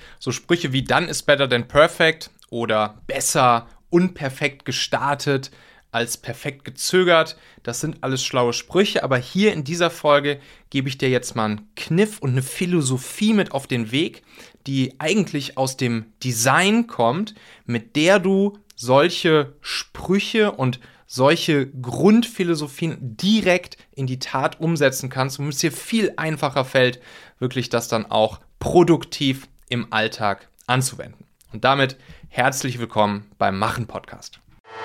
So Sprüche wie done is better than perfect oder besser unperfekt gestartet als perfekt gezögert. Das sind alles schlaue Sprüche, aber hier in dieser Folge gebe ich dir jetzt mal einen Kniff und eine Philosophie mit auf den Weg, die eigentlich aus dem Design kommt, mit der du solche Sprüche und solche Grundphilosophien direkt in die Tat umsetzen kannst, womit es dir viel einfacher fällt, wirklich das dann auch produktiv im Alltag anzuwenden. Und damit herzlich willkommen beim Machen-Podcast.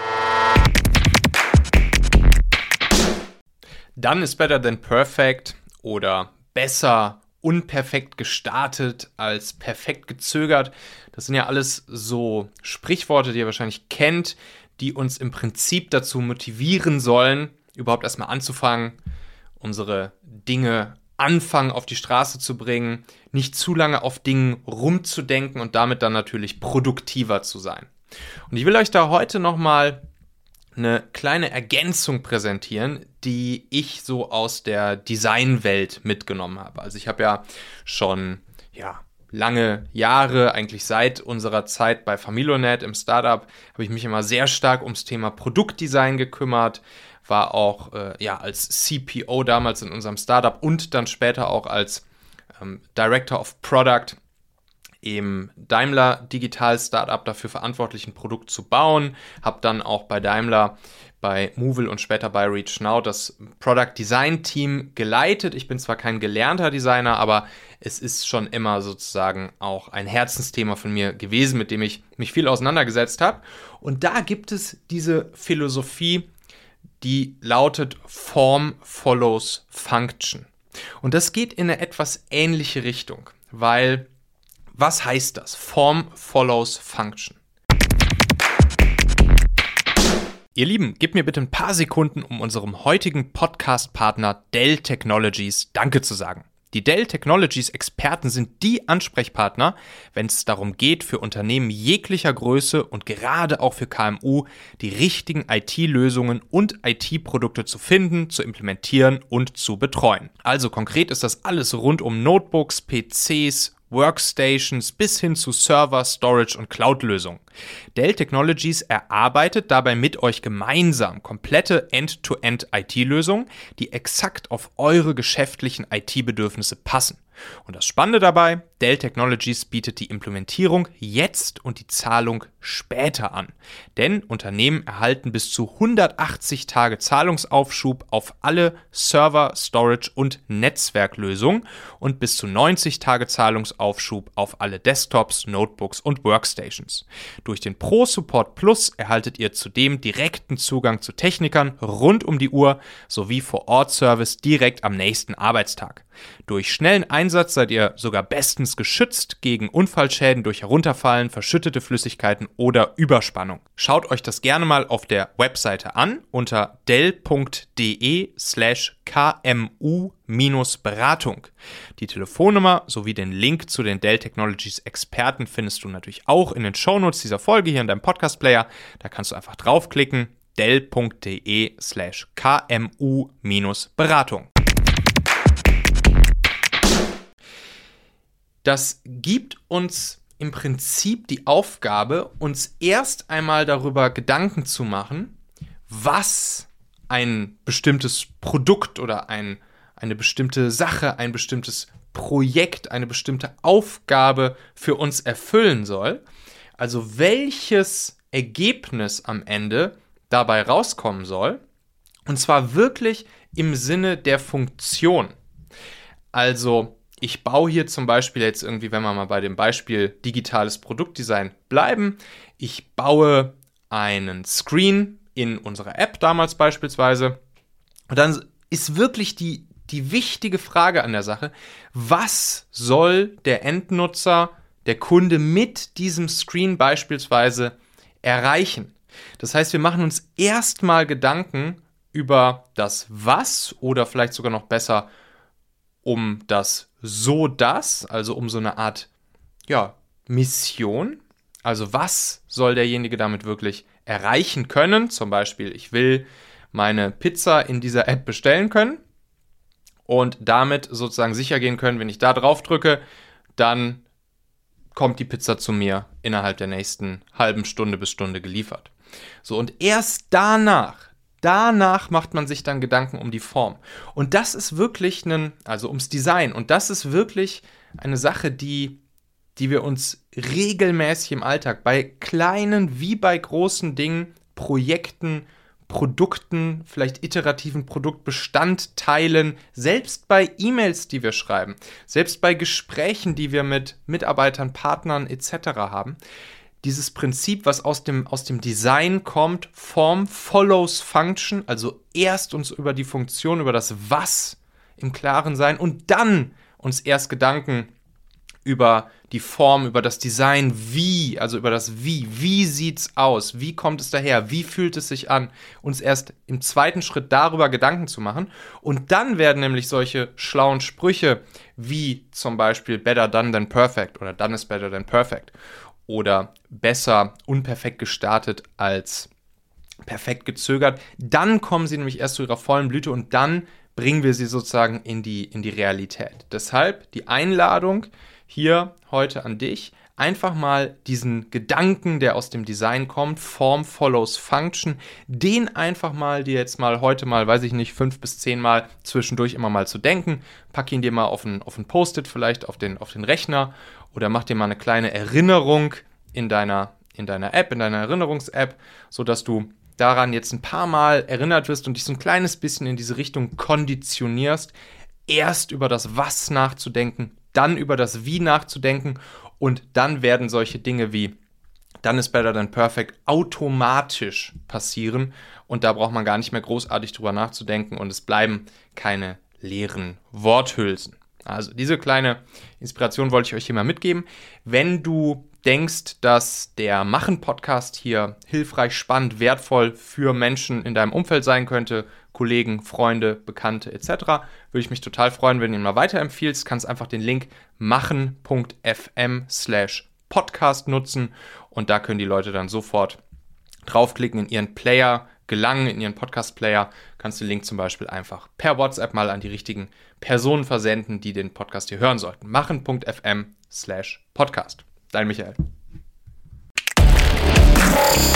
Done is better than perfect oder besser unperfekt gestartet als perfekt gezögert. Das sind ja alles so Sprichworte, die ihr wahrscheinlich kennt, die uns im Prinzip dazu motivieren sollen, überhaupt erstmal anzufangen, unsere Dinge anfangen auf die Straße zu bringen, nicht zu lange auf Dingen rumzudenken und damit dann natürlich produktiver zu sein. Und ich will euch da heute nochmal eine kleine Ergänzung präsentieren, die ich so aus der Designwelt mitgenommen habe. Also ich habe ja schon lange Jahre, eigentlich seit unserer Zeit bei Familonet im Startup, habe ich mich immer sehr stark ums Thema Produktdesign gekümmert, war auch als CPO damals in unserem Startup und dann später auch als Director of Product im Daimler Digital Startup dafür verantwortlich, ein Produkt zu bauen. Habe dann auch bei Daimler, bei Movil und später bei ReachNow das Product Design Team geleitet. Ich bin zwar kein gelernter Designer, aber es ist schon immer sozusagen auch ein Herzensthema von mir gewesen, mit dem ich mich viel auseinandergesetzt habe. Und da gibt es diese Philosophie, die lautet Form follows Function. Und das geht in eine etwas ähnliche Richtung, weil was heißt das? Form follows Function. Ihr Lieben, gebt mir bitte ein paar Sekunden, um unserem heutigen Podcast-Partner Dell Technologies Danke zu sagen. Die Dell Technologies Experten sind die Ansprechpartner, wenn es darum geht, für Unternehmen jeglicher Größe und gerade auch für KMU die richtigen IT-Lösungen und IT-Produkte zu finden, zu implementieren und zu betreuen. Also konkret ist das alles rund um Notebooks, PCs, Workstations bis hin zu Server, Storage und Cloud-Lösungen. Dell Technologies erarbeitet dabei mit euch gemeinsam komplette End-to-End-IT-Lösungen, die exakt auf eure geschäftlichen IT-Bedürfnisse passen. Und das Spannende dabei, Dell Technologies bietet die Implementierung jetzt und die Zahlung später an. Denn Unternehmen erhalten bis zu 180 Tage Zahlungsaufschub auf alle Server, Storage und Netzwerklösungen und bis zu 90 Tage Zahlungsaufschub auf alle Desktops, Notebooks und Workstations. Durch den Pro Support Plus erhaltet ihr zudem direkten Zugang zu Technikern rund um die Uhr sowie Vor-Ort-Service direkt am nächsten Arbeitstag. Durch schnellen Einsatz seid ihr sogar bestens geschützt gegen Unfallschäden durch Herunterfallen, verschüttete Flüssigkeiten oder Überspannung. Schaut euch das gerne mal auf der Webseite an unter dell.de/kmu-beratung. Die Telefonnummer sowie den Link zu den Dell Technologies Experten findest du natürlich auch in den Shownotes dieser Folge hier in deinem Podcast-Player. Da kannst du einfach draufklicken, dell.de/kmu-beratung. Das gibt uns im Prinzip die Aufgabe, uns erst einmal darüber Gedanken zu machen, was ein bestimmtes Produkt oder eine bestimmte Sache, ein bestimmtes Projekt, eine bestimmte Aufgabe für uns erfüllen soll. Also welches Ergebnis am Ende dabei rauskommen soll. Und zwar wirklich im Sinne der Funktion. Also ich baue hier zum Beispiel jetzt irgendwie, wenn wir mal bei dem Beispiel digitales Produktdesign bleiben, ich baue einen Screen in unserer App damals beispielsweise und dann ist wirklich die wichtige Frage an der Sache, was soll der Endnutzer, der Kunde mit diesem Screen beispielsweise erreichen? Das heißt, wir machen uns erstmal Gedanken über das Was oder vielleicht sogar noch besser um das So-Das, also um so eine Art Mission. Also was soll derjenige damit wirklich erreichen können? Zum Beispiel, ich will meine Pizza in dieser App bestellen können und damit sozusagen sicher gehen können, wenn ich da drauf drücke, dann kommt die Pizza zu mir innerhalb der nächsten halben Stunde bis Stunde geliefert. So, und erst danach macht man sich dann Gedanken um die Form. Und das ist wirklich ums Design. Und das ist wirklich eine Sache, die wir uns regelmäßig im Alltag bei kleinen wie bei großen Dingen, Projekten, Produkten, vielleicht iterativen Produktbestandteilen, selbst bei E-Mails, die wir schreiben, selbst bei Gesprächen, die wir mit Mitarbeitern, Partnern etc. haben, dieses Prinzip, was aus dem Design kommt, Form follows Function, also erst uns über die Funktion, über das Was im Klaren sein und dann uns erst Gedanken über die Form, über das Design, also über das Wie sieht's aus, wie kommt es daher, wie fühlt es sich an, uns erst im zweiten Schritt darüber Gedanken zu machen und dann werden nämlich solche schlauen Sprüche wie zum Beispiel better done than perfect oder done is better than perfect oder besser unperfekt gestartet als perfekt gezögert, dann kommen sie nämlich erst zu ihrer vollen Blüte und dann bringen wir sie sozusagen in die Realität. Deshalb die Einladung hier heute an dich, einfach mal diesen Gedanken, der aus dem Design kommt, Form follows Function, den einfach mal dir jetzt mal heute mal, weiß ich nicht, 5 bis 10 Mal zwischendurch immer mal zu denken. Pack ihn dir mal auf ein Post-it vielleicht auf den Rechner oder mach dir mal eine kleine Erinnerung in deiner App, in deiner Erinnerungs-App, sodass du daran jetzt ein paar Mal erinnert wirst und dich so ein kleines bisschen in diese Richtung konditionierst, erst über das Was nachzudenken, dann über das Wie nachzudenken und dann werden solche Dinge wie Done is better than perfect automatisch passieren und da braucht man gar nicht mehr großartig drüber nachzudenken und es bleiben keine leeren Worthülsen. Also diese kleine Inspiration wollte ich euch hier mal mitgeben. Wenn du denkst, dass der Machen-Podcast hier hilfreich, spannend, wertvoll für Menschen in deinem Umfeld sein könnte, Kollegen, Freunde, Bekannte etc., würde ich mich total freuen, wenn du ihn mal weiterempfiehlst. Kannst einfach den Link machen.fm/podcast nutzen und da können die Leute dann sofort draufklicken, in ihren Player gelangen, in ihren Podcast-Player, kannst du den Link zum Beispiel einfach per WhatsApp mal an die richtigen Personen versenden, die den Podcast hier hören sollten. machen.fm/podcast. Dein Michael.